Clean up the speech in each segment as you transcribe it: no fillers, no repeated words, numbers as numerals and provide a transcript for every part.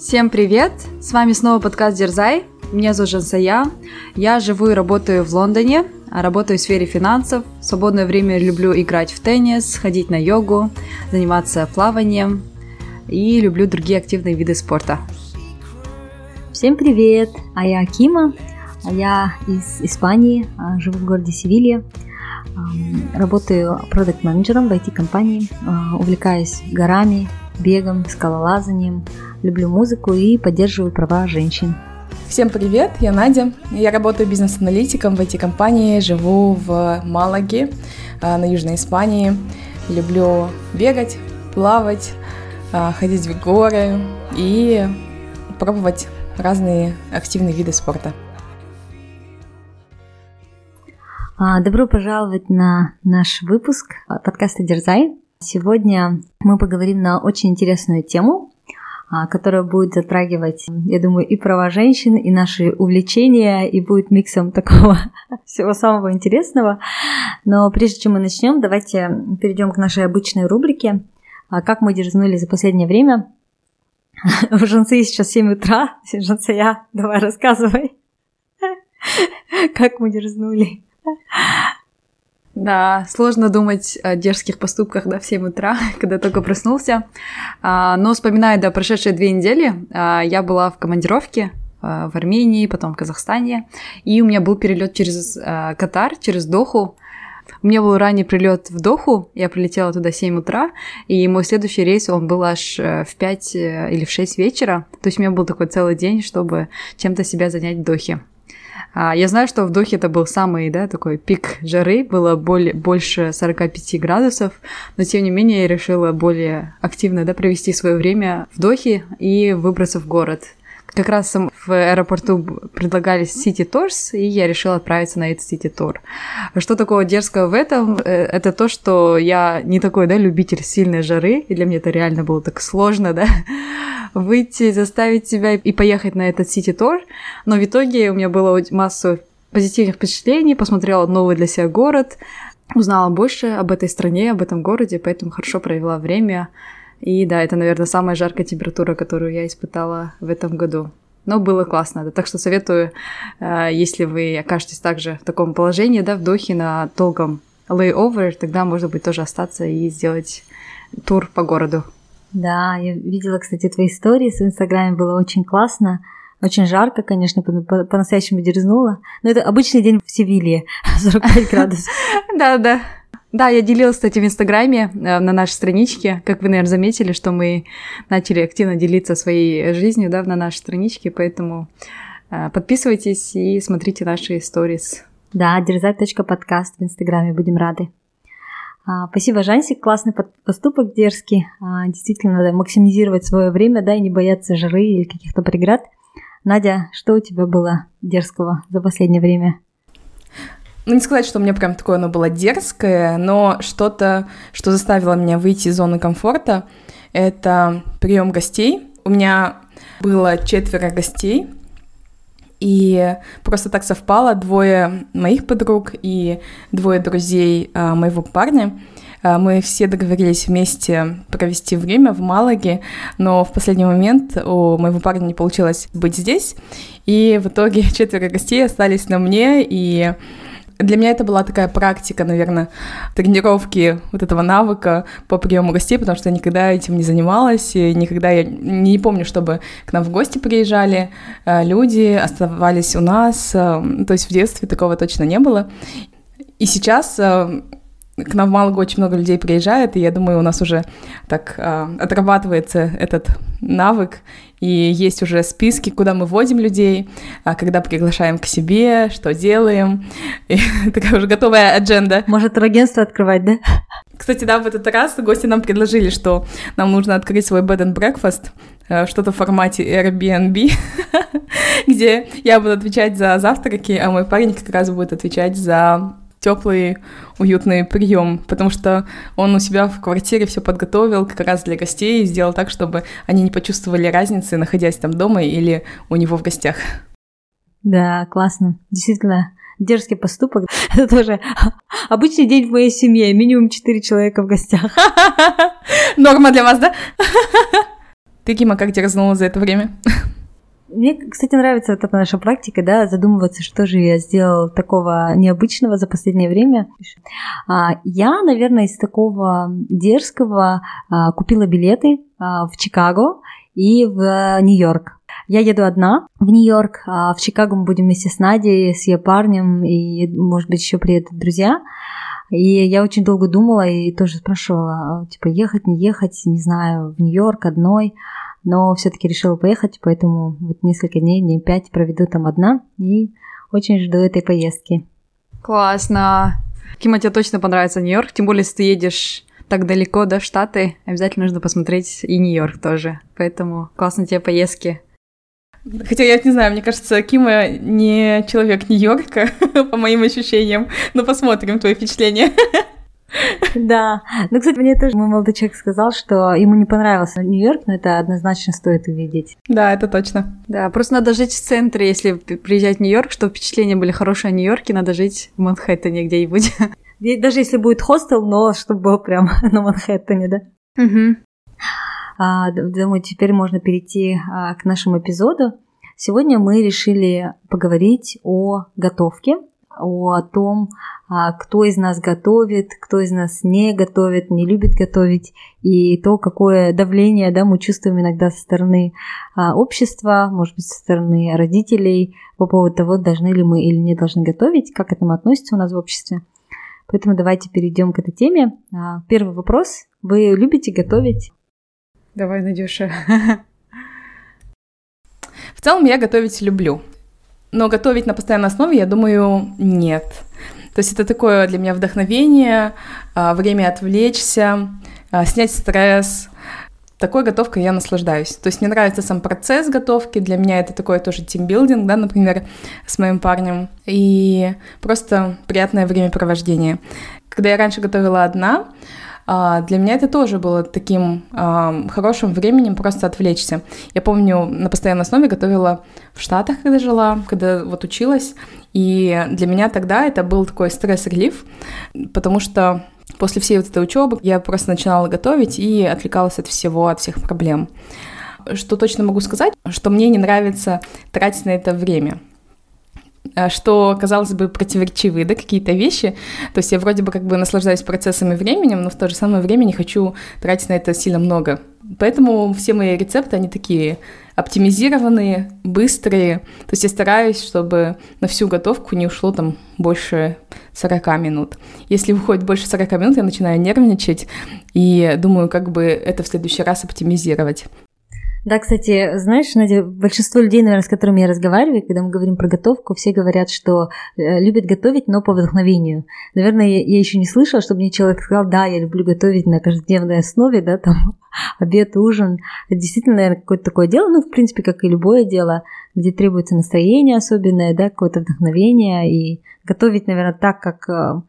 Всем привет! С вами снова подкаст Дерзай. Меня зовут Жансая. Я живу и работаю в Лондоне, работаю в сфере финансов. В свободное время люблю играть в теннис, ходить на йогу, заниматься плаванием и люблю другие активные виды спорта. Всем привет! Я Акима. Я из Испании, живу в городе Севилья. Работаю продакт-менеджером в IT-компании, увлекаюсь горами, бегом, скалолазанием, люблю музыку и поддерживаю права женщин. Всем привет, я Надя. Я работаю бизнес-аналитиком в IT-компании, живу в Малаге, на Южной Испании. Люблю бегать, плавать, ходить в горы и пробовать разные активные виды спорта. Добро пожаловать на наш выпуск подкаста «Дерзай». Сегодня мы поговорим на очень интересную тему, которая будет затрагивать, я думаю, и права женщин, и наши увлечения, и будет миксом такого всего самого интересного. Но прежде чем мы начнем, давайте перейдем к нашей обычной рубрике «Как мы дерзнули за последнее время». У Жансии сейчас 7 утра. Жансия, давай рассказывай, как мы дерзнули. Да, сложно думать о дерзких поступках, в 7 утра, когда только проснулся. Но вспоминая, прошедшие 2 недели, я была в командировке в Армении, потом в Казахстане, и у меня был перелет через Катар, через Доху. У меня был ранний прилет в Доху, я прилетела туда в 7 утра, и мой следующий рейс, он был аж в 5 или в 6 вечера. То есть у меня был такой целый день, чтобы чем-то себя занять в Дохе. Я знаю, что в Дохе это был самый, такой пик жары, было больше 45 градусов, но тем не менее я решила более активно, провести свое время в Дохе и выбраться в город. Как раз в аэропорту предлагали City Tours, и я решила отправиться на этот City Tour. Что такого дерзкого в этом? Это то, что я не такой, любитель сильной жары, и для меня это реально было так сложно, выйти, заставить себя и поехать на этот City Tour. Но в итоге у меня было массу позитивных впечатлений, посмотрела новый для себя город, узнала больше об этой стране, об этом городе, поэтому хорошо провела время. И это, наверное, самая жаркая температура, которую я испытала в этом году. Но было классно, так что советую, если вы окажетесь также в таком положении, в Дохе на долгом layover, тогда можно будет тоже остаться и сделать тур по городу. Да, я видела, кстати, твои истории в Инстаграме, было очень классно. Очень жарко, конечно, по-настоящему дерзнула. Но это обычный день в Севилье, 45 градусов. Да. Да, я делилась, кстати, в Инстаграме на нашей страничке. Как вы, наверное, заметили, что мы начали активно делиться своей жизнью, на нашей страничке, поэтому подписывайтесь и смотрите наши сторис. Да, дерзай.подкаст в Инстаграме, будем рады. Спасибо, Жансик, классный поступок, дерзкий. Действительно, надо максимизировать свое время, и не бояться жары или каких-то преград. Надя, что у тебя было дерзкого за последнее время? Не сказать, что у меня прям такое оно было дерзкое, но что-то, что заставило меня выйти из зоны комфорта, это прием гостей. У меня было 4 гостей, и просто так совпало, 2 моих подруг и 2 друзей моего парня. Мы все договорились вместе провести время в Малаге, но в последний момент у моего парня не получилось быть здесь, и в итоге 4 гостей остались на мне, и для меня это была такая практика, наверное, тренировки этого навыка по приему гостей, потому что я никогда этим не занималась, и никогда я не помню, чтобы к нам в гости приезжали люди, оставались у нас, то есть в детстве такого точно не было. И сейчас к нам в Малагу очень много людей приезжает, и я думаю, у нас уже так отрабатывается этот навык, и есть уже списки, куда мы водим людей, когда приглашаем к себе, что делаем, и такая уже готовая адженда. Может, турагентство открывать, да? Кстати, в этот раз гости нам предложили, что нам нужно открыть свой bed and breakfast, что-то в формате Airbnb, где я буду отвечать за завтраки, а мой парень как раз будет отвечать за теплый, уютный прием, потому что он у себя в квартире все подготовил как раз для гостей и сделал так, чтобы они не почувствовали разницы, находясь там дома или у него в гостях. Да, классно. Действительно, дерзкий поступок. Это тоже обычный день в моей семье. Минимум 4 человека в гостях. Норма для вас, да? Ты, Кима, как дерзнула за это время? Мне, кстати, нравится вот эта наша практика, да, задумываться, что же я сделала такого необычного за последнее время. Я, наверное, из такого дерзкого купила билеты в Чикаго и в Нью-Йорк. Я еду одна в Нью-Йорк, а в Чикаго мы будем вместе с Надей, с ее парнем, и, может быть, еще приедут друзья. И я очень долго думала и тоже спрашивала, типа, ехать, не ехать, не знаю, в Нью-Йорк одной. Но все-таки решила поехать, поэтому вот несколько дней 5 проведу там одна и очень жду этой поездки. Классно. Кима, тебе точно понравится Нью-Йорк, тем более, если ты едешь так далеко, да, в Штаты, обязательно нужно посмотреть и Нью-Йорк тоже. Поэтому классно тебе поездки. Хотя я не знаю, мне кажется, Кима не человек Нью-Йорка, по моим ощущениям, но посмотрим твои впечатления. Да, ну, кстати, мне тоже мой молодой человек сказал, что ему не понравился Нью-Йорк, но это однозначно стоит увидеть. Да, это точно. Да, просто надо жить в центре, если приезжать в Нью-Йорк, чтобы впечатления были хорошие о Нью-Йорке, надо жить в Манхэттене где-нибудь. Даже если будет хостел, но чтобы был прям на Манхэттене, да? Угу. Думаю, теперь можно перейти к нашему эпизоду. Сегодня мы решили поговорить о готовке, о том, кто из нас готовит, кто из нас не готовит, не любит готовить, и то, какое давление, да, мы чувствуем иногда со стороны общества, может быть, со стороны родителей по поводу того, должны ли мы или не должны готовить, как к этому относится у нас в обществе. Поэтому давайте перейдем к этой теме. Первый вопрос. Вы любите готовить? Давай, Надюша. В целом я готовить люблю. Но готовить на постоянной основе, я думаю, нет. То есть это такое для меня вдохновение, время отвлечься, снять стресс. Такой готовкой я наслаждаюсь. То есть мне нравится сам процесс готовки. Для меня это такой тоже тимбилдинг, да, например, с моим парнем. И просто приятное времяпровождение. Когда я раньше готовила одна, для меня это тоже было таким хорошим временем просто отвлечься. Я помню, на постоянной основе готовила в Штатах, когда жила, когда вот училась, и для меня тогда это был такой стресс-релив, потому что после всей вот этой учебы я просто начинала готовить и отвлекалась от всего, от всех проблем. Что точно могу сказать, что мне не нравится тратить на это время. Что, казалось бы, противоречивые, да, какие-то вещи. То есть я вроде бы как бы наслаждаюсь процессом и временем, но в то же самое время не хочу тратить на это сильно много. Поэтому все мои рецепты, они такие оптимизированные, быстрые. То есть я стараюсь, чтобы на всю готовку не ушло там больше 40 минут. Если выходит больше 40 минут, я начинаю нервничать и думаю, как бы это в следующий раз оптимизировать. Да, кстати, знаешь, Надя, большинство людей, наверное, с которыми я разговариваю, когда мы говорим про готовку, все говорят, что любят готовить, но по вдохновению. Наверное, я еще не слышала, чтобы мне человек сказал, да, я люблю готовить на каждодневной основе, да, там, обед, ужин. Это действительно, наверное, какое-то такое дело, ну, в принципе, как и любое дело, где требуется настроение особенное, да, какое-то вдохновение, и готовить, наверное, так, как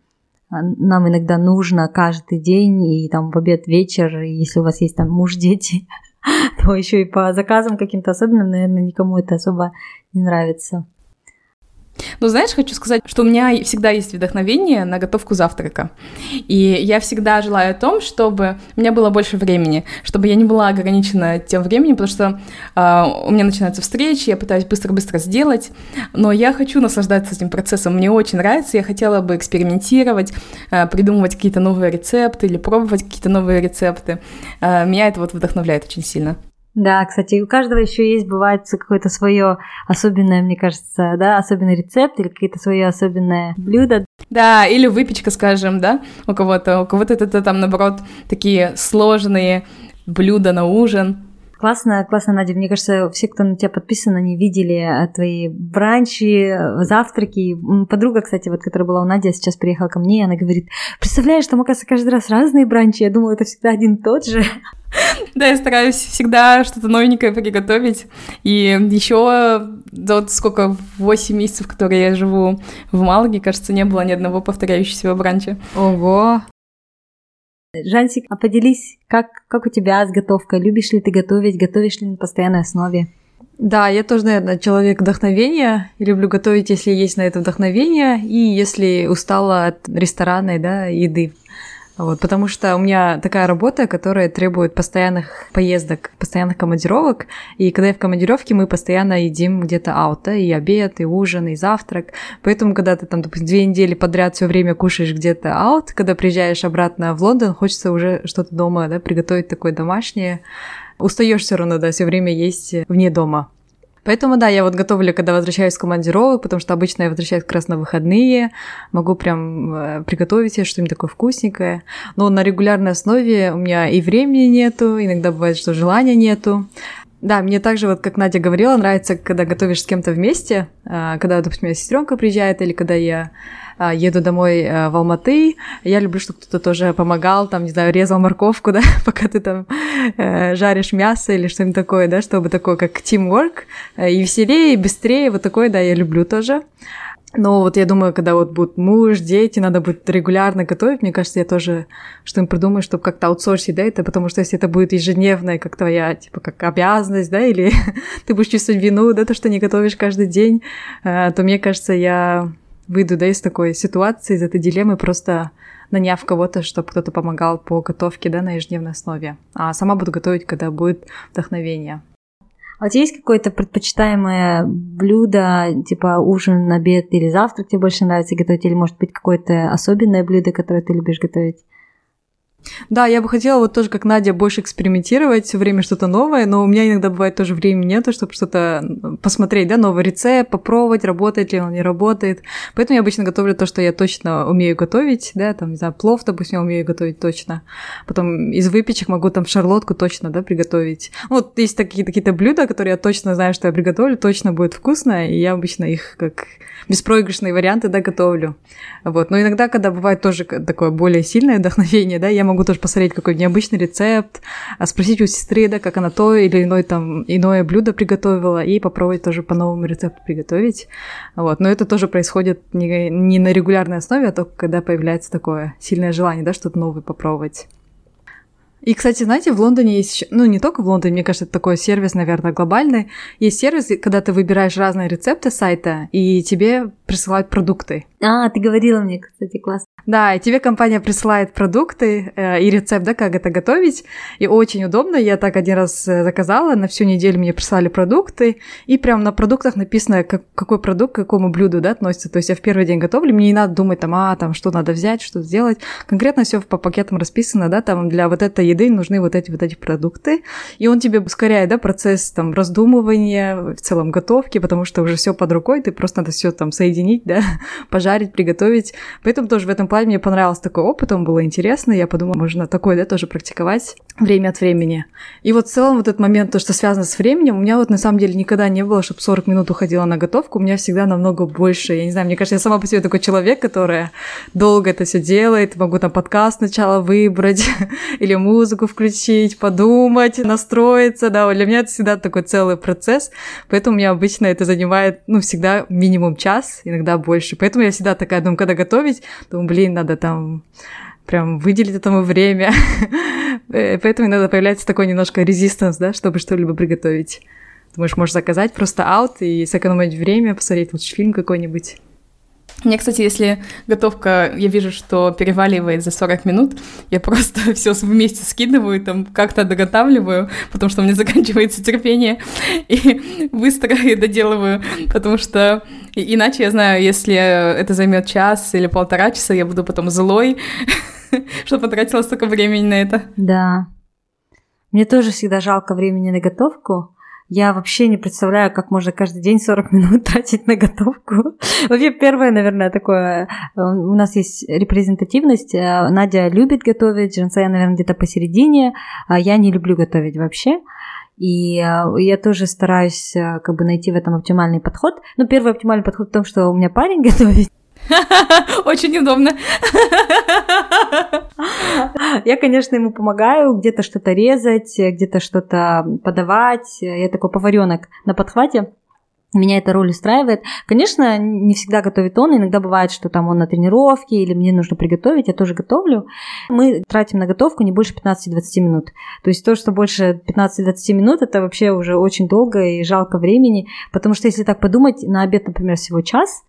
нам иногда нужно каждый день, и там в обед, вечер, и если у вас есть там муж, дети, то еще и по заказам каким-то особенным, наверное, никому это особо не нравится. Ну, знаешь, хочу сказать, что у меня всегда есть вдохновение на готовку завтрака. И я всегда желаю о том, чтобы у меня было больше времени, чтобы я не была ограничена тем временем, потому что у меня начинаются встречи, я пытаюсь быстро-быстро сделать, но я хочу наслаждаться этим процессом. Мне очень нравится, я хотела бы экспериментировать, придумывать какие-то новые рецепты или пробовать какие-то новые рецепты. Меня это вот вдохновляет очень сильно. Да, кстати, у каждого еще есть, бывает, какое-то свое особенное, мне кажется, да, особенный рецепт или какое-то свое особенное блюдо. Да, или выпечка, скажем, да, у кого-то это там, наоборот, такие сложные блюда на ужин. Классно, Надя. Мне кажется, все, кто на тебя подписан, они видели твои бранчи, завтраки. Подруга, кстати, вот, которая была у Нади, сейчас приехала ко мне, и она говорит, представляешь, там, оказывается, каждый раз разные бранчи. Я думала, это всегда один и тот же. Да, я стараюсь всегда что-то новенькое приготовить. И еще вот сколько, 8 месяцев, которые я живу в Малаге, кажется, не было ни одного повторяющегося бранча. Ого! Жансик, а поделись, как у тебя с готовкой? Любишь ли ты готовить? Готовишь ли на постоянной основе? Да, я тоже, наверное, человек вдохновения. И люблю готовить, если есть на это вдохновение, и если устала от ресторанной, да, еды. Вот, потому что у меня такая работа, которая требует постоянных поездок, постоянных командировок. И когда я в командировке, мы постоянно едим где-то аут, да, и обед, и ужин, и завтрак. Поэтому, когда ты там, допустим, 2 недели подряд все время кушаешь где-то аут, когда приезжаешь обратно в Лондон, хочется уже что-то дома, да, приготовить такое домашнее. Устаешь все равно, да, все время есть вне дома. Поэтому, да, я вот готовлю, когда возвращаюсь с командировок, потому что обычно я возвращаюсь как раз на выходные, могу прям приготовить себе что-нибудь такое вкусненькое. Но на регулярной основе у меня и времени нету, иногда бывает, что желания нету. Да, мне также, вот как Надя говорила, нравится, когда готовишь с кем-то вместе, когда, допустим, у меня сестренка приезжает, или когда я еду домой в Алматы, я люблю, чтобы кто-то тоже помогал, там, не знаю, резал морковку, да, пока ты там жаришь мясо или что-нибудь такое, да, чтобы такое, как teamwork, и веселее, и быстрее, вот такое, да, я люблю тоже. Но вот я думаю, когда вот будут муж, дети, надо будет регулярно готовить, мне кажется, я тоже что-нибудь придумаю, чтобы как-то аутсорсить, да, это, потому что если это будет ежедневно, как твоя, типа, как обязанность, да, или ты будешь чувствовать вину, да, то, что не готовишь каждый день, то, мне кажется, я выйду, да, из такой ситуации, из этой дилеммы, просто наняв кого-то, чтобы кто-то помогал по готовке, да, на ежедневной основе. А сама буду готовить, когда будет вдохновение. А у тебя есть какое-то предпочитаемое блюдо, типа ужин, обед или завтрак тебе больше нравится готовить? Или, может быть, какое-то особенное блюдо, которое ты любишь готовить? Да, я бы хотела вот тоже, как Надя, больше экспериментировать, все время что-то новое, но у меня иногда бывает тоже времени нету, чтобы что-то посмотреть, да, новый рецепт, попробовать, работает ли он, не работает. Поэтому я обычно готовлю то, что я точно умею готовить, да, там, не знаю, плов, допустим, я умею готовить точно. Потом из выпечек могу там шарлотку точно, да, приготовить. Вот есть какие-то блюда, которые я точно знаю, что я приготовлю, точно будет вкусно, и я обычно их как беспроигрышные варианты, да, готовлю. Вот. Но иногда, когда бывает тоже такое более сильное вдохновение, да, я могу тоже посмотреть какой-то необычный рецепт, спросить у сестры, да, как она то или иное блюдо приготовила, и попробовать тоже по новому рецепту приготовить. Вот. Но это тоже происходит не на регулярной основе, а только когда появляется такое сильное желание, да, что-то новое попробовать. И, кстати, знаете, в Лондоне есть еще, ну, не только в Лондоне, мне кажется, это такой сервис, наверное, глобальный. Есть сервис, когда ты выбираешь разные рецепты сайта, и тебе присылают продукты. Ты говорила мне, кстати, классно. Да, и тебе компания присылает продукты и рецепт, да, как это готовить, и очень удобно. Я так один раз заказала, на всю неделю мне прислали продукты, и прям на продуктах написано, какой продукт к какому блюду, да, относится. То есть я в первый день готовлю, мне не надо думать, там, что надо взять, что сделать. Конкретно все по пакетам расписано, да, там для вот этой еды нужны вот эти продукты, и он тебе ускоряет, да, процесс там раздумывания, в целом готовки, потому что уже все под рукой, ты просто надо все там соединить, да, пожарить, приготовить. Поэтому тоже в этом плане мне понравился такой опыт, он было интересно, я подумала, можно такое, да, тоже практиковать время от времени. И вот в целом вот этот момент, то, что связано с временем, у меня вот на самом деле никогда не было, чтобы 40 минут уходила на готовку, у меня всегда намного больше, я не знаю, мне кажется, я сама по себе такой человек, который долго это все делает, могу там подкаст сначала выбрать или музыку включить, подумать, настроиться, да, для меня это всегда такой целый процесс, поэтому у меня обычно это занимает, всегда минимум час, иногда больше, поэтому я всегда такая, думаю, когда готовить, думаю, надо там прям выделить этому время, поэтому иногда появляется такой немножко резистанс, да, чтобы что-либо приготовить. Думаешь, можешь заказать просто аут и сэкономить время, посмотреть лучше фильм какой-нибудь. Мне, кстати, если готовка, я вижу, что переваливает за 40 минут, я просто все вместе скидываю, там как-то доготавливаю, потому что у меня заканчивается терпение, и быстро доделываю, потому что иначе я знаю, если это займет час или 1,5 часа, я буду потом злой, что потратила столько времени на это. Да. Мне тоже всегда жалко времени на готовку. Я вообще не представляю, как можно каждый день 40 минут тратить на готовку. Вообще, первое, наверное, такое... У нас есть репрезентативность. Надя любит готовить, Жансая, наверное, где-то посередине. Я не люблю готовить вообще. И я тоже стараюсь как бы найти в этом оптимальный подход. Первый оптимальный подход в том, что у меня парень готовит. Очень удобно. Я, конечно, ему помогаю где-то что-то резать, где-то что-то подавать. Я такой поваренок на подхвате. Меня эта роль устраивает. Конечно, не всегда готовит он. Иногда бывает, что там он на тренировке или мне нужно приготовить, я тоже готовлю. Мы тратим на готовку не больше 15-20 минут. То есть то, что больше 15-20 минут, это вообще уже очень долго и жалко времени. Потому что если так подумать, на обед, например, всего час,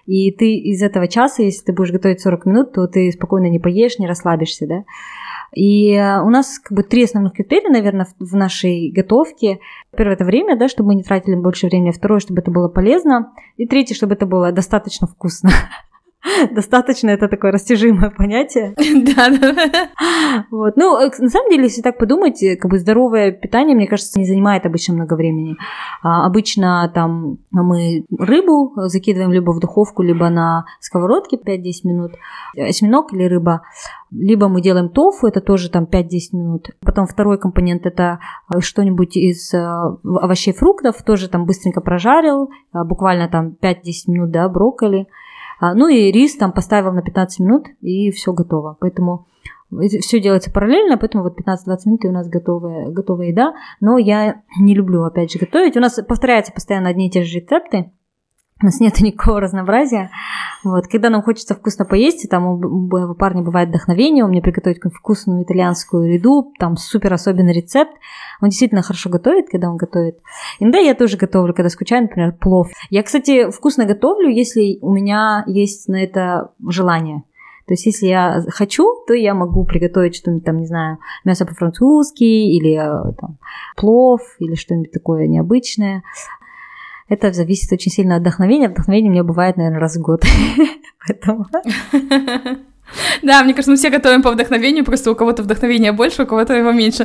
и ты из этого часа, если ты будешь готовить 40 минут, то ты спокойно не поешь, не расслабишься, да. И у нас как бы 3 основных критерия, наверное, в нашей готовке. Первое – это время, да, чтобы мы не тратили больше времени. Второе – чтобы это было полезно. И третье – чтобы это было достаточно вкусно. Достаточно — это такое растяжимое понятие. Да. Вот. Ну, на самом деле, если так подумать, как бы здоровое питание, мне кажется, не занимает обычно много времени. Обычно там мы рыбу закидываем либо в духовку, либо на сковородке 5-10 минут, осьминог или рыба. Либо мы делаем тофу, это тоже там 5-10 минут. Потом второй компонент — это что-нибудь из овощей, фруктов, тоже там быстренько прожарил, буквально там 5-10 минут, да, брокколи. Ну и рис там поставил на 15 минут, и все готово. Поэтому все делается параллельно, поэтому вот 15-20 минут и у нас готовая еда. Но я не люблю, опять же, готовить. У нас повторяются постоянно одни и те же рецепты. У нас нет никакого разнообразия. Вот. Когда нам хочется вкусно поесть, и там у парня бывает вдохновение, он мне приготовит вкусную итальянскую еду, там супер особенный рецепт. Он действительно хорошо готовит, когда он готовит. Иногда я тоже готовлю, когда скучаю, например, плов. Я, кстати, вкусно готовлю, если у меня есть на это желание. То есть, если я хочу, то я могу приготовить что-нибудь там, не знаю, мясо по-французски, или там, плов, или что-нибудь такое необычное. Это зависит очень сильно от вдохновения. Вдохновение у меня бывает, наверное, раз в год. Поэтому... Да, мне кажется, мы все готовим по вдохновению, просто у кого-то вдохновения больше, у кого-то его меньше.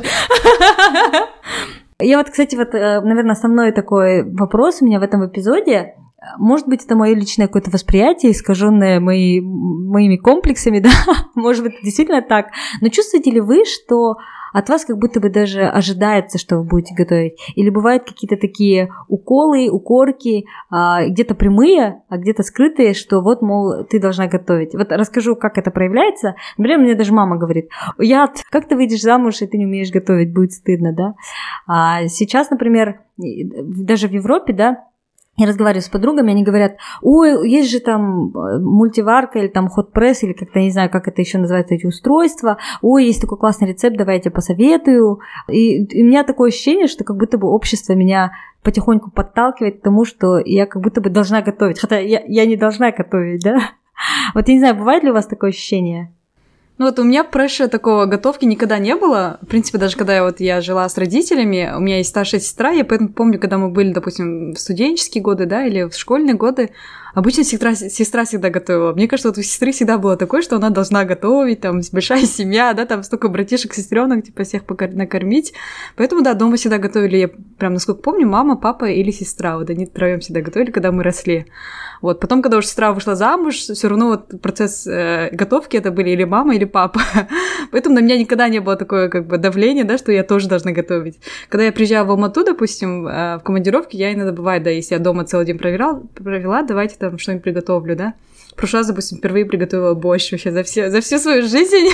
Я вот, кстати, наверное, основной такой вопрос у меня в этом эпизоде. Может быть, это мое личное какое-то восприятие, искаженное моими комплексами, да? Может быть, действительно так. Но чувствуете ли вы, что от вас как будто бы даже ожидается, что вы будете готовить? Или бывают какие-то такие уколы, укорки, где-то прямые, а где-то скрытые, что вот, мол, ты должна готовить. Вот расскажу, как это проявляется. Например, мне даже мама говорит: Яд, как ты выйдешь замуж, и ты не умеешь готовить, будет стыдно, да? А сейчас, например, даже в Европе, да, я разговариваю с подругами, они говорят: ой, есть же там мультиварка или там хот-пресс, или как-то, не знаю, как это еще называется, эти устройства. Ой, есть такой классный рецепт, давай я тебе посоветую. И у меня такое ощущение, что как будто бы общество меня потихоньку подталкивает к тому, что я как будто бы должна готовить. Хотя я не должна готовить, да? Вот я не знаю, бывает ли у вас такое ощущение? Ну вот у меня прessure такого готовки никогда не было. В принципе, даже когда я жила с родителями, у меня есть старшая сестра, я поэтому помню, когда мы были, допустим, в студенческие годы, да, или в школьные годы, обычно сестра всегда готовила. Мне кажется, вот у сестры всегда было такое, что она должна готовить, там, большая семья, да, там столько братишек, сестренок, типа, всех накормить. Поэтому, да, дома всегда готовили, я прям, насколько помню, мама, папа или сестра. Вот они втроём всегда готовили, когда мы росли. Вот, потом, когда уже сестра вышла замуж, все равно вот процесс готовки это были или мама, или папа. Поэтому на меня никогда не было такое, как бы, давление, да, что я тоже должна готовить. Когда я приезжаю в Алмату, допустим, в командировке, я иногда бывает, да, если я дома целый день провела, давайте там что-нибудь приготовлю, да. В прошлый раз, допустим, впервые приготовила борщ вообще за всю свою жизнь.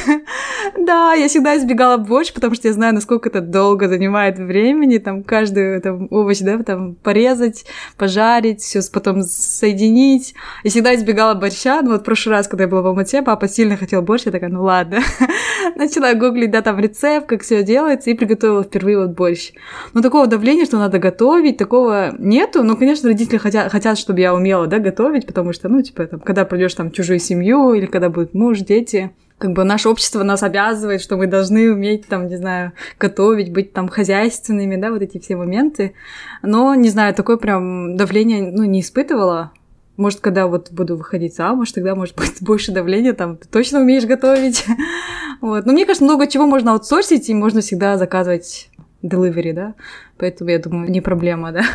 Да, я всегда избегала борщ, потому что я знаю, насколько это долго занимает времени, там, каждый там, овощ, да, там, порезать, пожарить, все потом соединить. И всегда избегала борща. Ну, вот в прошлый раз, когда я была в Алмате, папа сильно хотел борщ, я такая, ну ладно. Начала гуглить, да, там, рецепт, как все делается, и приготовила впервые вот борщ. Но такого давления, что надо готовить, такого нету. Ну, конечно, родители хотят, чтобы я умела, да, готовить, потому что, ну, типа, там, когда придешь там в чужую семью, или когда будет муж, дети, как бы наше общество нас обязывает, что мы должны уметь там, не знаю, готовить, быть там хозяйственными, да, вот эти все моменты. Но, не знаю, такое прям давление, ну, не испытывала. Может, когда вот буду выходить замуж, тогда, может быть, больше давления, там, ты точно умеешь готовить. Вот. Но мне кажется, много чего можно аутсорсить, и можно всегда заказывать delivery, да, поэтому, я думаю, не проблема, да.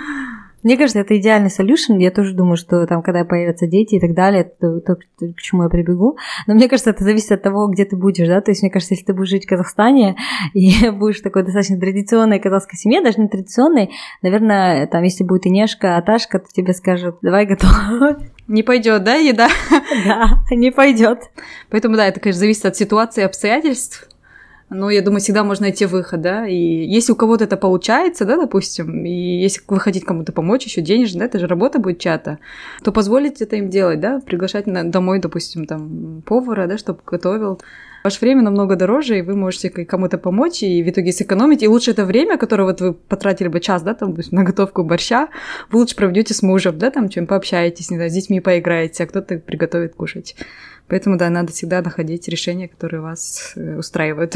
Мне кажется, это идеальный solution. Я тоже думаю, что там, когда появятся дети и так далее, это то, к чему я прибегу. Но мне кажется, это зависит от того, где ты будешь, да. То есть, мне кажется, если ты будешь жить в Казахстане и будешь в такой достаточно традиционной казахской семье, даже не традиционной, наверное, там, если будет Инешка, Аташка, то тебе скажут: давай готовь. Не пойдет, да, еда? Да, не пойдет. Поэтому, да, это, конечно, зависит от ситуации и обстоятельств. Но я думаю, всегда можно найти выход, да, и если у кого-то это получается, да, допустим, и если вы хотите кому-то помочь еще денежно, да, это же работа будет чья-то, то позволить это им делать, да, приглашать домой, допустим, там, повара, да, чтобы готовил. Ваше время намного дороже, и вы можете кому-то помочь, и в итоге сэкономить. И лучше это время, которое вот вы потратили бы час, да, там, на готовку борща, вы лучше проведете с мужем, да, там, чем пообщаетесь, не знаю, с детьми поиграете, а кто-то приготовит кушать. Поэтому, да, надо всегда находить решения, которые вас устраивают.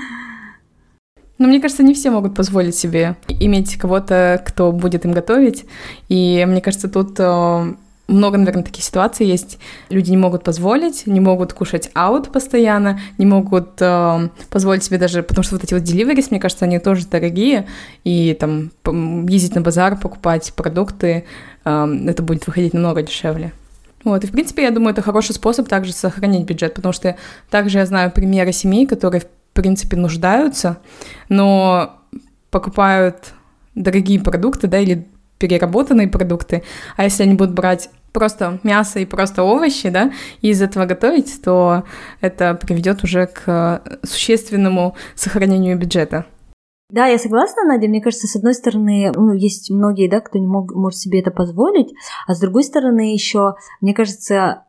Но мне кажется, не все могут позволить себе иметь кого-то, кто будет им готовить. И мне кажется, тут много, наверное, таких ситуаций есть. Люди не могут позволить, не могут кушать аут постоянно, не могут позволить себе даже, потому что вот эти вот deliveries, мне кажется, они тоже дорогие, и там ездить на базар, покупать продукты, это будет выходить намного дешевле. Вот, и, в принципе, я думаю, это хороший способ также сохранить бюджет, потому что также я знаю примеры семей, которые, в принципе, нуждаются, но покупают дорогие продукты, да, или переработанные продукты, а если они будут брать просто мясо и просто овощи, да, и из этого готовить, то это приведет уже к существенному сохранению бюджета. Да, я согласна, Надя. Мне кажется, с одной стороны, есть многие, да, кто не может себе это позволить, а с другой стороны еще, мне кажется,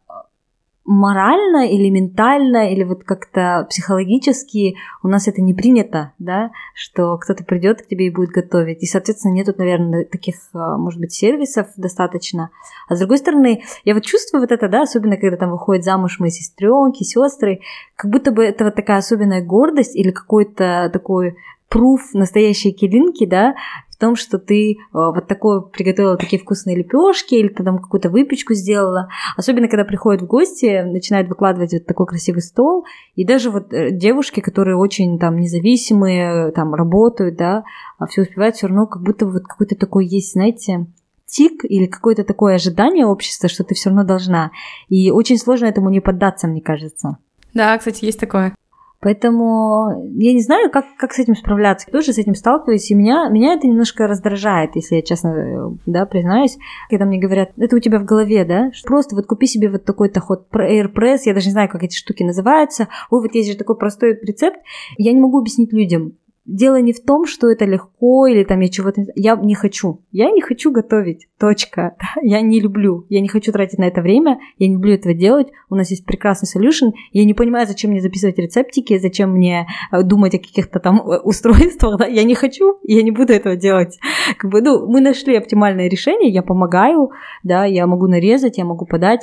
морально или ментально, или вот как-то психологически у нас это не принято, да, что кто-то придет к тебе и будет готовить. И, соответственно, нету, наверное, таких, может быть, сервисов достаточно. А с другой стороны, я вот чувствую вот это, да, особенно когда там выходят замуж мои сестренки, сестры, как будто бы это вот такая особенная гордость или какой-то такой пруф настоящей килинки, да, в том, что ты вот такое приготовила такие вкусные лепешки или ты там какую-то выпечку сделала. Особенно, когда приходят в гости, начинают выкладывать вот такой красивый стол. И даже вот девушки, которые очень там независимые, там работают, да, все успевают, все равно как будто вот какой-то такой есть, знаете, тик или какое-то такое ожидание общества, что ты все равно должна. И очень сложно этому не поддаться, мне кажется. Да, кстати, есть такое. Поэтому я не знаю, как с этим справляться. Я тоже с этим сталкиваюсь, и меня это немножко раздражает, если я честно, да, признаюсь. Когда мне говорят, это у тебя в голове, да? Просто вот купи себе вот такой-то ход AirPress, я даже не знаю, как эти штуки называются. Ой, вот есть же такой простой рецепт. Я не могу объяснить людям. Дело не в том, что это легко или там я чего-то... Я не хочу. Я не хочу готовить. Точка. Я не люблю. Я не хочу тратить на это время. Я не люблю этого делать. У нас есть прекрасный solution. Я не понимаю, зачем мне записывать рецептики, зачем мне думать о каких-то там устройствах. Да? Я не хочу, и я не буду этого делать. Мы нашли оптимальное решение. Я помогаю, да, я могу нарезать, я могу подать,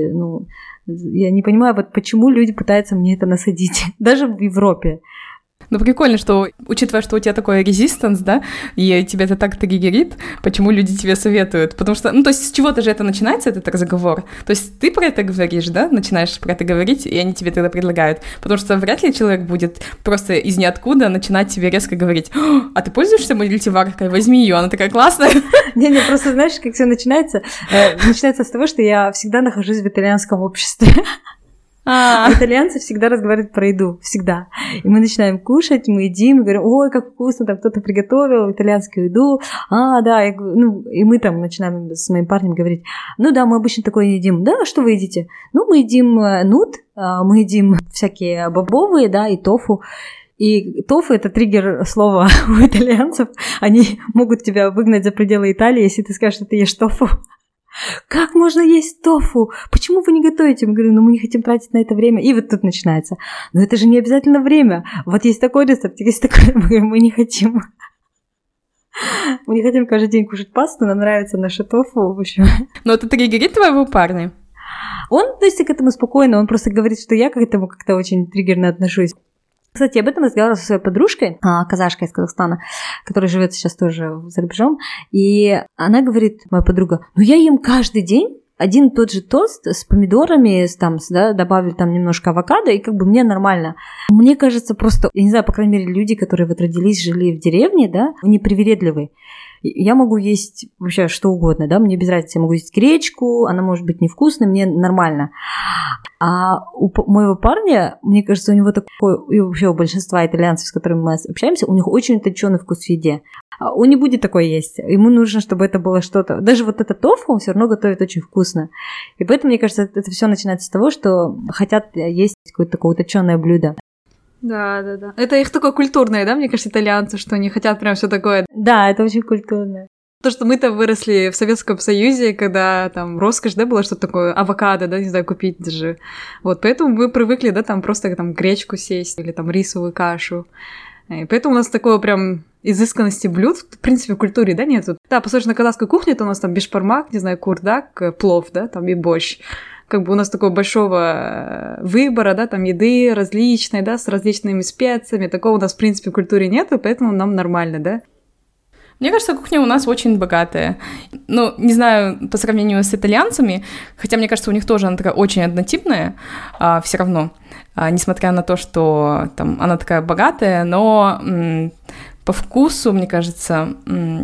я не понимаю, вот почему люди пытаются мне это насадить. Даже в Европе. Ну, прикольно, что, учитывая, что у тебя такой резистанс, да, и тебе это так триггерит, почему люди тебе советуют? Потому что, то есть с чего-то же это начинается, этот разговор. То есть ты про это говоришь, да, начинаешь про это говорить, и они тебе тогда предлагают. Потому что вряд ли человек будет просто из ниоткуда начинать тебе резко говорить: а ты пользуешься мультиваркой? Возьми ее, она такая классная. Не, просто знаешь, как все начинается? Начинается с того, что я всегда нахожусь в итальянском обществе. Итальянцы всегда разговаривают про еду, всегда. И мы начинаем кушать, мы едим, и говорим: ой, как вкусно, там кто-то приготовил итальянскую еду. Да, и мы там начинаем с моим парнем говорить: ну да, мы обычно такое едим. Да, что вы едите? Ну, мы едим нут, мы едим всякие бобовые, да, и тофу. И тофу — это триггер слова у итальянцев. Они могут тебя выгнать за пределы Италии, если ты скажешь, что ты ешь тофу. Как можно есть тофу? Почему вы не готовите? Мы говорим: мы не хотим тратить на это время. И вот тут начинается: но это же не обязательно время. Вот есть такой рецепт, есть такой. Мы говорим: мы не хотим. Мы не хотим каждый день кушать пасту, нам нравится наше тофу, в общем. Но это триггерит твоего парня? Он относится к этому спокойно, он просто говорит, что я к этому как-то очень триггерно отношусь. Кстати, об этом разговаривала со своей подружкой, казашкой из Казахстана, которая живет сейчас тоже за рубежом, и она говорит, моя подруга: ну я ем каждый день один и тот же тост с помидорами, добавлю там немножко авокадо, и как бы мне нормально. Мне кажется, просто, я не знаю, по крайней мере, люди, которые вот родились, жили в деревне, да, они привередливые. Я могу есть вообще что угодно, да, мне без разницы, я могу есть гречку, она может быть невкусной, мне нормально. А у моего парня, мне кажется, у него такой, и вообще у большинства итальянцев, с которыми мы общаемся, у них очень утонченный вкус в еде. Он не будет такое есть, ему нужно, чтобы это было что-то. Даже вот это тофу он все равно готовит очень вкусно. И поэтому, мне кажется, это все начинается с того, что хотят есть какое-то такое утонченное блюдо. Да. Это их такое культурное, да, мне кажется, итальянцы, что они хотят прям все такое. Да, это очень культурно. То, что мы-то выросли в Советском Союзе, когда там роскошь, да, было что-то такое, авокадо, да, не знаю, купить даже. Вот, поэтому мы привыкли, да, там просто там гречку съесть или там рисовую кашу. И поэтому у нас такого прям изысканности блюд, в принципе, в культуре, да, нету. Да, посмотришь на казахскую кухню, то у нас там бешбармак, не знаю, курдак, плов, да, там и борщ. Как бы у нас такого большого выбора, да, там еды различной, да, с различными специями. Такого у нас, в принципе, в культуре нету, поэтому нам нормально, да. Мне кажется, кухня у нас очень богатая. Ну, не знаю, по сравнению с итальянцами, хотя, мне кажется, у них тоже она такая очень однотипная, все равно, несмотря на то, что там она такая богатая, но по вкусу, мне кажется,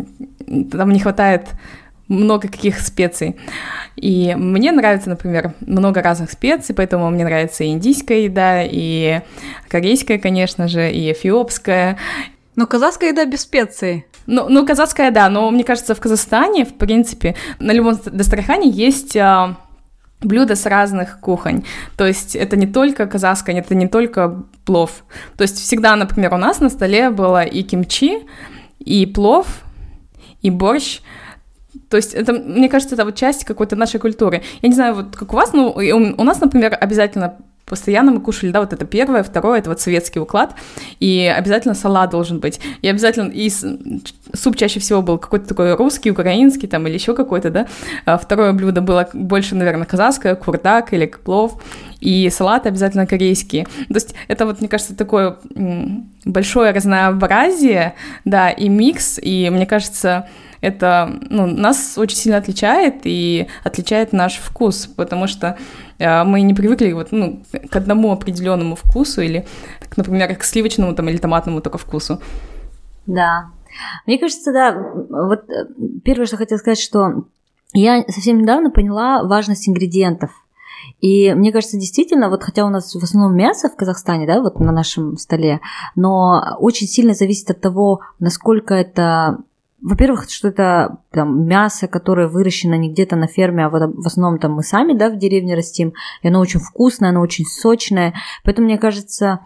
там не хватает много каких специй. И мне нравится, например, много разных специй, поэтому мне нравится и индийская еда, и корейская, конечно же, и эфиопская. Но казахская еда без специй. Ну, казахская, да, но мне кажется, в Казахстане, в принципе, на любом дастрахане есть блюда с разных кухонь. То есть это не только казахская, это не только плов. То есть всегда, например, у нас на столе было и кимчи, и плов, и борщ. То есть это, мне кажется, это вот часть какой-то нашей культуры. Я не знаю, вот как у вас, но у нас, например, обязательно постоянно мы кушали, да, вот это первое, второе, это вот советский уклад, и обязательно салат должен быть, и обязательно, и суп чаще всего был какой-то такой русский, украинский, там, или еще какой-то, да, второе блюдо было больше, наверное, казахское, курдак или плов, и салаты обязательно корейские. То есть это вот, мне кажется, такое большое разнообразие, да, и микс, и мне кажется, это, ну, нас очень сильно отличает и отличает наш вкус, потому что мы не привыкли вот, ну, к одному определенному вкусу или, например, к сливочному там, или томатному только вкусу. Да. Мне кажется, да, вот первое, что хотела сказать, что я совсем недавно поняла важность ингредиентов. И мне кажется, действительно, вот хотя у нас в основном мясо в Казахстане, да, вот на нашем столе, но очень сильно зависит от того, насколько это... Во-первых, что это там, мясо, которое выращено не где-то на ферме, а в основном там мы сами, да, в деревне растим, и оно очень вкусное, оно очень сочное, поэтому, мне кажется,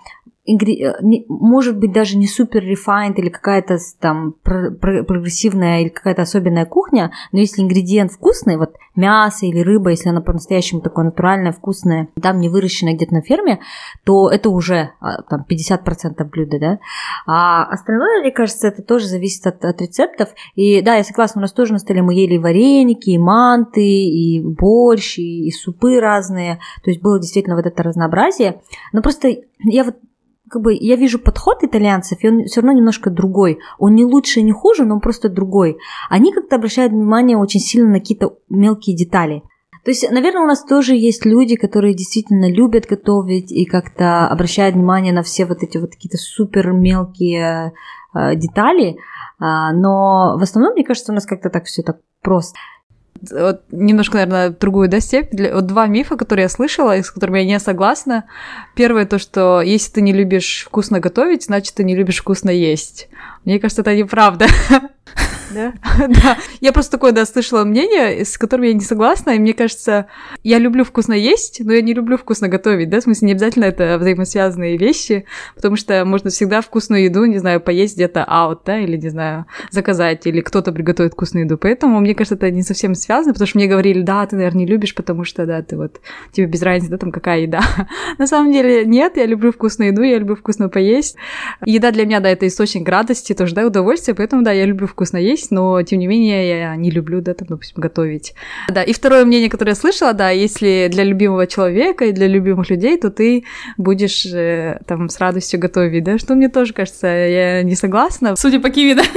может быть даже не супер refined или какая-то там прогрессивная или какая-то особенная кухня, но если ингредиент вкусный, вот мясо или рыба, если она по-настоящему такое натуральное, вкусное, там не выращенное где-то на ферме, то это уже там 50% блюда, да. А остальное, мне кажется, это тоже зависит от рецептов. И да, я согласна, у нас тоже на столе мы ели и вареники, и манты, и борщ, и супы разные. То есть было действительно вот это разнообразие. Но просто я вот как бы я вижу подход итальянцев, и он все равно немножко другой. Он не лучше и не хуже, но он просто другой. Они как-то обращают внимание очень сильно на какие-то мелкие детали. То есть, наверное, у нас тоже есть люди, которые действительно любят готовить и как-то обращают внимание на все вот эти вот какие-то супер мелкие детали, но в основном, мне кажется, у нас как-то так все так просто. Вот немножко, наверное, другую, да, степь. Вот два мифа, которые я слышала, и с которыми я не согласна. Первое то, что если ты не любишь вкусно готовить, значит, ты не любишь вкусно есть. Мне кажется, это неправда. Да? Да. Я просто такое, да, слышала мнение, с которым я не согласна, и мне кажется, я люблю вкусно есть, но я не люблю вкусно готовить, да, в смысле, не обязательно это взаимосвязанные вещи, потому что можно всегда вкусную еду, не знаю, поесть где-то out, да, или, не знаю, заказать, или кто-то приготовит вкусную еду, поэтому, мне кажется, это не совсем связано, потому что мне говорили, да, ты, наверное, не любишь, потому что, да, ты вот, тебе без разницы, да, там, какая еда. На самом деле, нет, я люблю вкусную еду, я люблю вкусно поесть. Еда для меня, да, это источник радости, тоже, да, удовольствия, поэтому, да, я люблю вкусно есть, но, тем не менее, я не люблю, да, там, допустим, готовить. Да, и второе мнение, которое я слышала, да, если для любимого человека и для любимых людей, то ты будешь там с радостью готовить, да, что мне тоже кажется, я не согласна. Судя по Киви, да,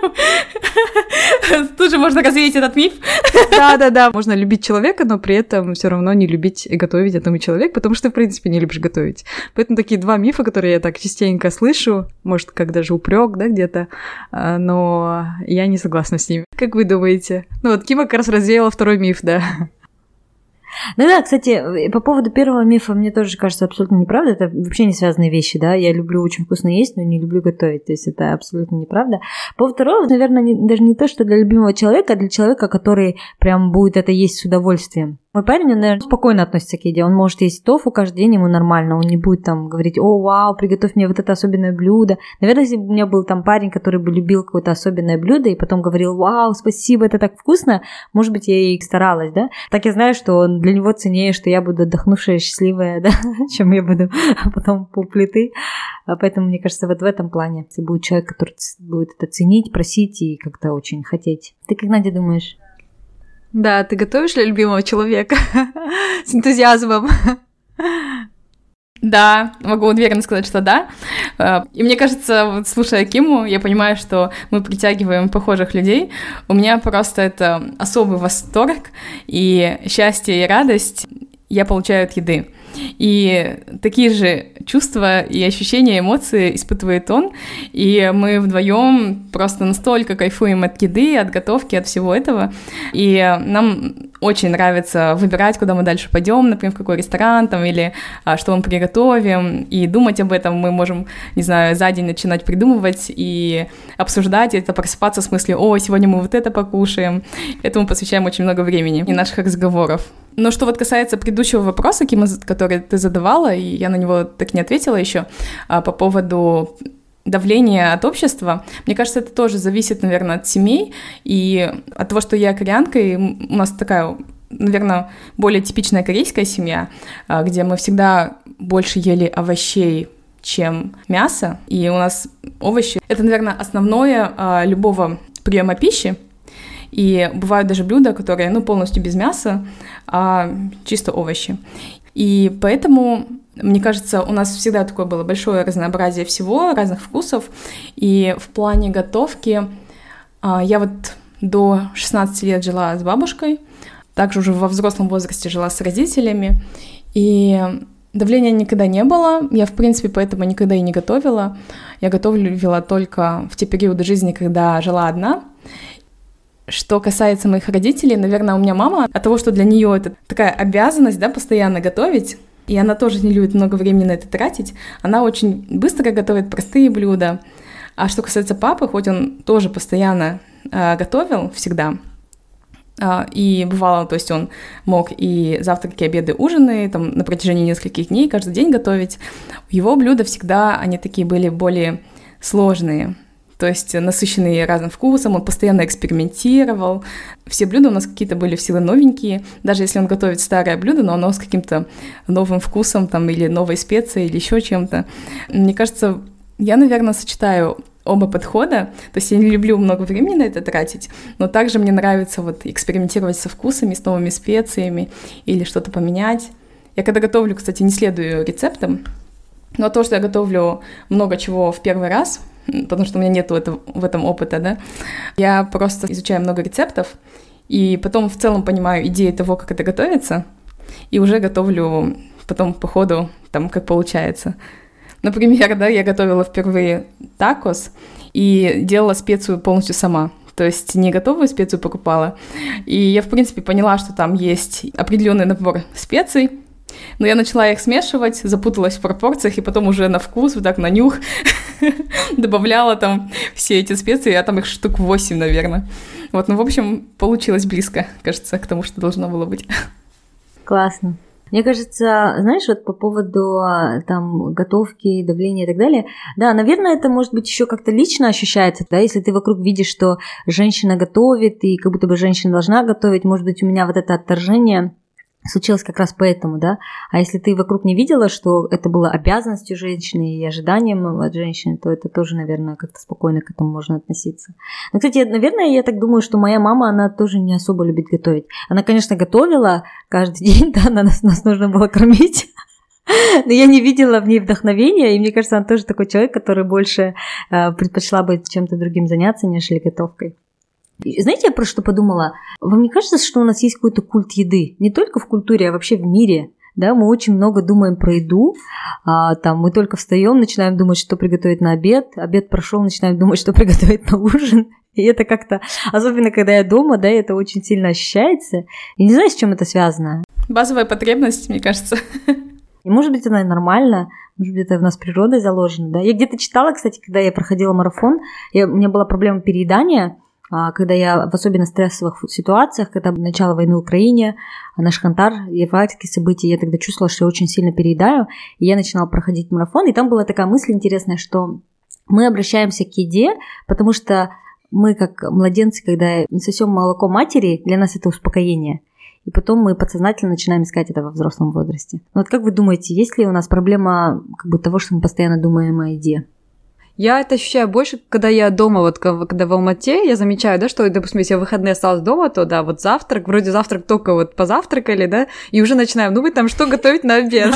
тут же можно развеять этот миф. Да, можно любить человека, но при этом все равно не любить и готовить этому человеку, потому что ты, в принципе, не любишь готовить. Поэтому такие два мифа, которые я так частенько слышу, может, как даже упрек, да, где-то, но я не согласна с ними. Как вы думаете? Ну вот Кима как раз развеяла второй миф, да. Ну да, кстати, по поводу первого мифа, мне тоже кажется абсолютно неправда. Это вообще не связанные вещи, да. Я люблю очень вкусно есть, но не люблю готовить. То есть это абсолютно неправда. По второму, наверное, даже не то, что для любимого человека, а для человека, который прям будет это есть с удовольствием. Мой парень, он, наверное, спокойно относится к еде. Он может есть тофу каждый день, ему нормально. Он не будет там говорить: о, вау, приготовь мне вот это особенное блюдо. Наверное, если бы у меня был там парень, который бы любил какое-то особенное блюдо и потом говорил: вау, спасибо, это так вкусно, может быть, я и старалась, да. Так я знаю, что для него ценнее, что я буду отдохнувшая, счастливая, да, чем я буду потом полплиты. Поэтому, мне кажется, вот в этом плане, если будет человек, который будет это ценить, просить и как-то очень хотеть. Ты как, Надя, думаешь? Да, ты готовишь для любимого человека с энтузиазмом? Да, могу уверенно сказать, что да. И мне кажется, вот слушая Киму, я понимаю, что мы притягиваем похожих людей. У меня просто это особый восторг и счастье и радость я получаю от еды. И такие же чувства и ощущения, эмоции испытывает он. И мы вдвоем просто настолько кайфуем от еды, от готовки, от всего этого. И нам очень нравится выбирать, куда мы дальше пойдем, например, в какой ресторан там, или что мы приготовим. И думать об этом мы можем, не знаю, за день начинать придумывать и обсуждать, и это просыпаться в смысле: о, сегодня мы вот это покушаем. Этому посвящаем очень много времени и наших разговоров. Но что вот касается предыдущего вопроса, Кима, который ты задавала, и я на него так и не ответила еще, по поводу давления от общества, мне кажется, это тоже зависит, наверное, от семей и от того, что я кореянка, и у нас такая, наверное, более типичная корейская семья, где мы всегда больше ели овощей, чем мясо, и у нас овощи — это, наверное, основное любого приема пищи. И бывают даже блюда, которые, полностью без мяса, а чисто овощи. И поэтому, мне кажется, у нас всегда такое было большое разнообразие всего, разных вкусов. И в плане готовки я вот до 16 лет жила с бабушкой, также уже во взрослом возрасте жила с родителями. И давления никогда не было. Я, в принципе, поэтому никогда и не готовила. Я готовила только в те периоды жизни, когда жила одна. Что касается моих родителей, наверное, у меня мама, от того, что для нее это такая обязанность, да, постоянно готовить, и она тоже не любит много времени на это тратить, она очень быстро готовит простые блюда. А что касается папы, хоть он тоже постоянно готовил всегда, и бывало, то есть он мог и завтраки, обеды, ужины там, на протяжении нескольких дней каждый день готовить, его блюда всегда, они такие были более сложные. То есть насыщенные разным вкусом, он постоянно экспериментировал. Все блюда у нас какие-то были всегда новенькие, даже если он готовит старое блюдо, но оно с каким-то новым вкусом там, или новой специей, или еще чем-то. Мне кажется, я, наверное, сочетаю оба подхода, то есть я не люблю много времени на это тратить, но также мне нравится вот экспериментировать со вкусами, с новыми специями или что-то поменять. Я когда готовлю, кстати, не следую рецептам, но то, что я готовлю много чего в первый раз, потому что у меня нет в этом опыта, да, я просто изучаю много рецептов, и потом в целом понимаю идею того, как это готовится, и уже готовлю потом по ходу, там, как получается. Например, да, я готовила впервые такос и делала специю полностью сама. То есть не готовую специю покупала. И я, в принципе, поняла, что там есть определенный набор специй, но я начала их смешивать, запуталась в пропорциях, и потом уже на вкус, вот так на нюх добавляла там все эти специи, а там их штук 8, наверное. Вот, в общем, получилось близко, кажется, к тому, что должно было быть. Классно. Мне кажется, знаешь, вот по поводу там готовки, давления и так далее, да, наверное, это может быть еще как-то лично ощущается, да, если ты вокруг видишь, что женщина готовит, и как будто бы женщина должна готовить, может быть, у меня вот это отторжение случилось как раз поэтому, да, а если ты вокруг не видела, что это было обязанностью женщины и ожиданием от женщины, то это тоже, наверное, как-то спокойно к этому можно относиться. Но, кстати, наверное, я так думаю, что моя мама, она тоже не особо любит готовить. Она, конечно, готовила каждый день, да, нас нужно было кормить, но я не видела в ней вдохновения, и мне кажется, она тоже такой человек, который больше предпочла бы чем-то другим заняться, нежели готовкой. Знаете, я про что подумала? Вам не кажется, что у нас есть какой-то культ еды? Не только в культуре, а вообще в мире. Да, мы очень много думаем про еду. Там мы только встаем, начинаем думать, что приготовить на обед. Обед прошел, начинаем думать, что приготовить на ужин. И это как-то, особенно когда я дома, да, это очень сильно ощущается. И не знаю, с чем это связано. Базовая потребность, мне кажется. И может быть, она и нормально, может быть, это в нас природой заложено. Да? Я где-то читала, кстати, когда я проходила марафон, у меня была проблема переедания. когда я в особенно стрессовых ситуациях, когда начало войны в Украине, наш Хантар, еврейские события, я тогда чувствовала, что я очень сильно переедаю, и я начинала проходить марафон, и там была такая мысль интересная, что мы обращаемся к еде, потому что мы, как младенцы, когда сосем молоко матери, для нас это успокоение. И потом мы подсознательно начинаем искать это во взрослом возрасте. Но вот как вы думаете, есть ли у нас проблема того, что мы постоянно думаем о еде? Я это ощущаю больше, когда я дома, вот когда в Алмате, я замечаю, да, что, допустим, если я в выходные осталась дома, то, да, вот завтрак, вроде завтрак только вот позавтракали, да, и уже начинаем думать, там, что готовить на обед.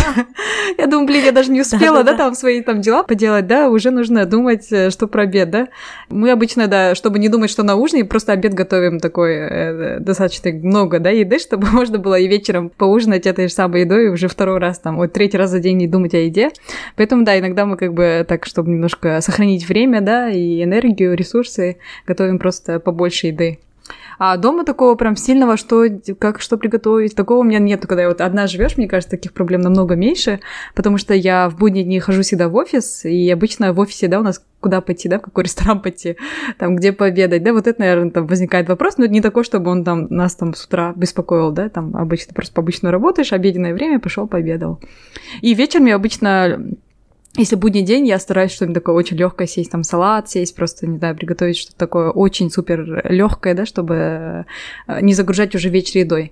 Я думаю, блин, я даже не успела, да, там, свои там дела поделать, да, уже нужно думать, что про обед, да. Мы обычно, да, чтобы не думать, что на ужине, просто обед готовим такой достаточно много, да, еды, чтобы можно было и вечером поужинать этой же самой едой, и уже второй раз, там, вот третий раз за день не думать о еде. Поэтому, да, иногда мы как бы так, чтобы немножко сохранить время, да, и энергию, ресурсы, готовим просто побольше еды. А дома такого прям сильного, что приготовить, такого у меня нету. Когда вот одна живешь, мне кажется, таких проблем намного меньше, потому что я в будние дни хожу всегда в офис, и обычно в офисе, да, у нас куда пойти, да, в какой ресторан пойти, там, где пообедать, да, вот это, наверное, там возникает вопрос, но это не такой, чтобы он там нас там с утра беспокоил, да, там обычно просто по-обычному работаешь, обеденное время, пошел пообедал. И вечером я обычно... Если будний день, я стараюсь что-нибудь такое очень легкое съесть, там салат съесть, просто, не знаю, приготовить что-то такое очень супер легкое, да, чтобы не загружать уже вечер едой.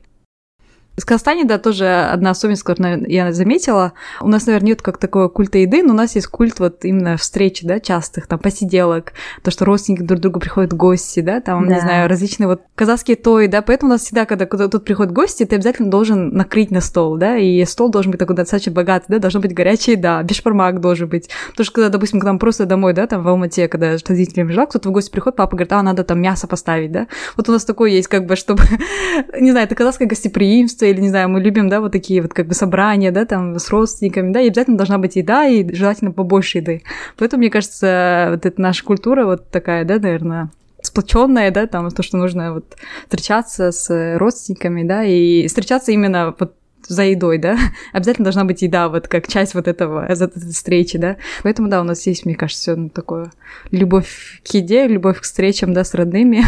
В Казахстане, да, тоже одна особенность, которую я заметила. У нас, наверное, нет как такого культа еды, но у нас есть культ вот именно встреч, да, частых, там, посиделок, то, что родственники друг к другу приходят в гости, да, там, не знаю, различные вот казахские тои, да, поэтому у нас всегда, когда тут приходят гости, ты обязательно должен накрыть на стол, да, и стол должен быть такой достаточно богатый, да, должна быть горячая еда, бешбармак должен быть. Потому что, когда, допустим, к нам просто домой, да, там, в Алмате, когда с родителями жила, кто-то в гости приходит, папа говорит, надо там мясо поставить, да. Вот у нас такое есть, как бы, чтобы, не знаю, это казахское гостеприимство, или, не знаю, мы любим, да, вот такие вот как бы собрания, да, там, с родственниками, да, и обязательно должна быть еда, и желательно побольше еды. Поэтому, мне кажется, вот эта наша культура вот такая, да, наверное, сплоченная, да, там, то, что нужно вот встречаться с родственниками, да, и встречаться именно вот за едой, да, обязательно должна быть еда, вот как часть вот этого, этой встречи, да. Поэтому, да, у нас есть, мне кажется, всё такое любовь к еде, любовь к встречам, да, с родными.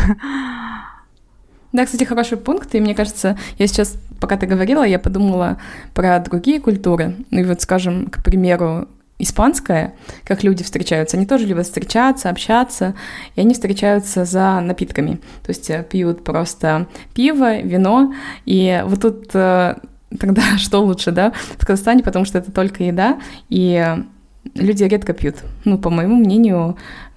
Да, кстати, хороший пункт, и мне кажется, я сейчас, пока ты говорила, я подумала про другие культуры, ну и вот, скажем, к примеру, испанская, как люди встречаются, они тоже любят встречаться, общаться, и они встречаются за напитками, то есть пьют просто пиво, вино, и вот тут тогда что лучше, да, в Казахстане, потому что это только еда, и люди редко пьют. Ну, по моему мнению,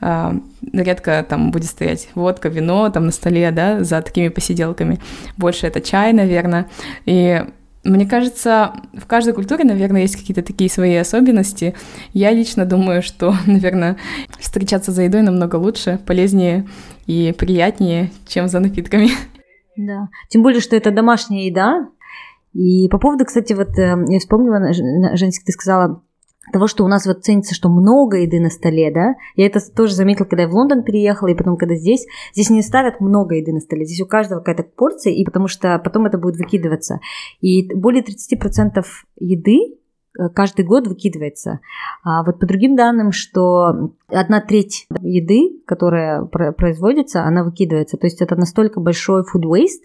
редко там будет стоять водка, вино там на столе, да, за такими посиделками. Больше это чай, наверное. И мне кажется, в каждой культуре, наверное, есть какие-то такие свои особенности. Я лично думаю, что, наверное, встречаться за едой намного лучше, полезнее и приятнее, чем за напитками. Да, тем более, что это домашняя еда. И по поводу, кстати, вот я вспомнила, Женечка, ты сказала, того, что у нас вот ценится, что много еды на столе, да, я это тоже заметила, когда я в Лондон переехала, и потом, когда здесь не ставят много еды на столе, здесь у каждого какая-то порция, и потому что потом это будет выкидываться, и более 30% еды каждый год выкидывается. А вот по другим данным, что 1/3 еды, которая производится, она выкидывается, то есть это настолько большой food waste.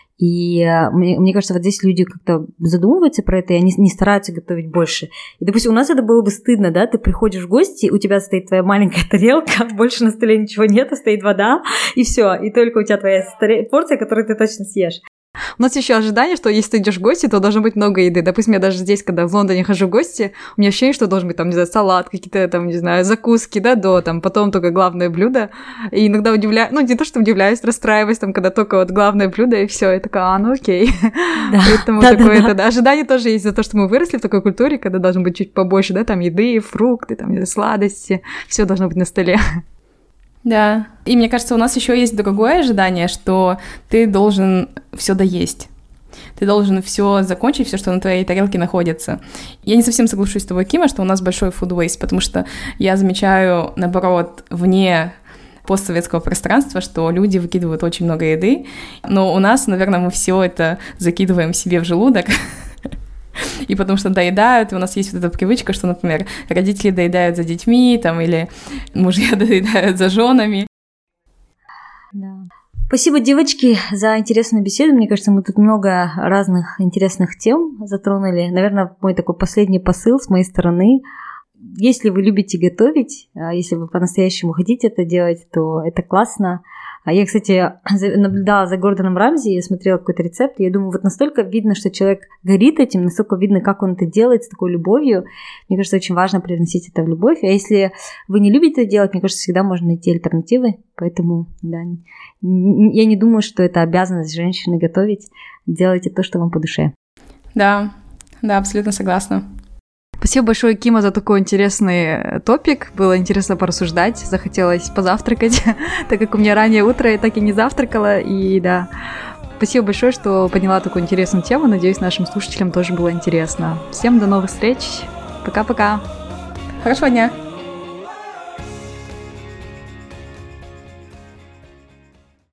И мне кажется, вот здесь люди как-то задумываются про это, и они не стараются готовить больше. И, допустим, у нас это было бы стыдно, да, ты приходишь в гости, у тебя стоит твоя маленькая тарелка, больше на столе ничего нет, стоит вода, и все, и только у тебя твоя порция, которую ты точно съешь. У нас еще ожидание, что если ты идешь в гости, то должно быть много еды. Допустим, я даже здесь, когда в Лондоне хожу в гости, у меня ощущение, что должен быть там, не знаю, салат, какие-то там, не знаю, закуски, да, там, потом только главное блюдо. И иногда удивляюсь, ну, не то, что удивляюсь, расстраиваюсь, там, когда только вот главное блюдо, и все, и такая, ну окей. Да, поэтому такое ожидание тоже есть за то, что мы выросли в такой культуре, когда должно быть чуть побольше, да, там, еды, фрукты, там, сладости, все должно быть на столе. Да, и мне кажется, у нас еще есть другое ожидание, что ты должен все доесть. Ты должен все закончить, все, что на твоей тарелке находится. Я не совсем соглашусь с тобой, Кима, что у нас большой food waste, потому что я замечаю, наоборот, вне постсоветского пространства, что люди выкидывают очень много еды, но у нас, наверное, мы все это закидываем себе в желудок, и потому что доедают, и у нас есть вот эта привычка, что, например, родители доедают за детьми, там, или мужья доедают за женами. Да. Спасибо, девочки, за интересную беседу. Мне кажется, мы тут много разных интересных тем затронули. Наверное, мой такой последний посыл с моей стороны. Если вы любите готовить, если вы по-настоящему хотите это делать, то это классно. Я, кстати, наблюдала за Гордоном Рамзи, я смотрела какой-то рецепт, и я думаю, вот настолько видно, что человек горит этим, настолько видно, как он это делает с такой любовью. Мне кажется, очень важно привносить это в любовь. А если вы не любите это делать, мне кажется, всегда можно найти альтернативы. Поэтому, да, я не думаю, что это обязанность женщины готовить. Делайте то, что вам по душе. Да, абсолютно согласна. Спасибо большое, Кима, за такой интересный топик. Было интересно порассуждать, захотелось позавтракать, так как у меня раннее утро, я так и не завтракала. И да, спасибо большое, что поняла такую интересную тему. Надеюсь, нашим слушателям тоже было интересно. Всем до новых встреч. Пока-пока. Хорошего дня.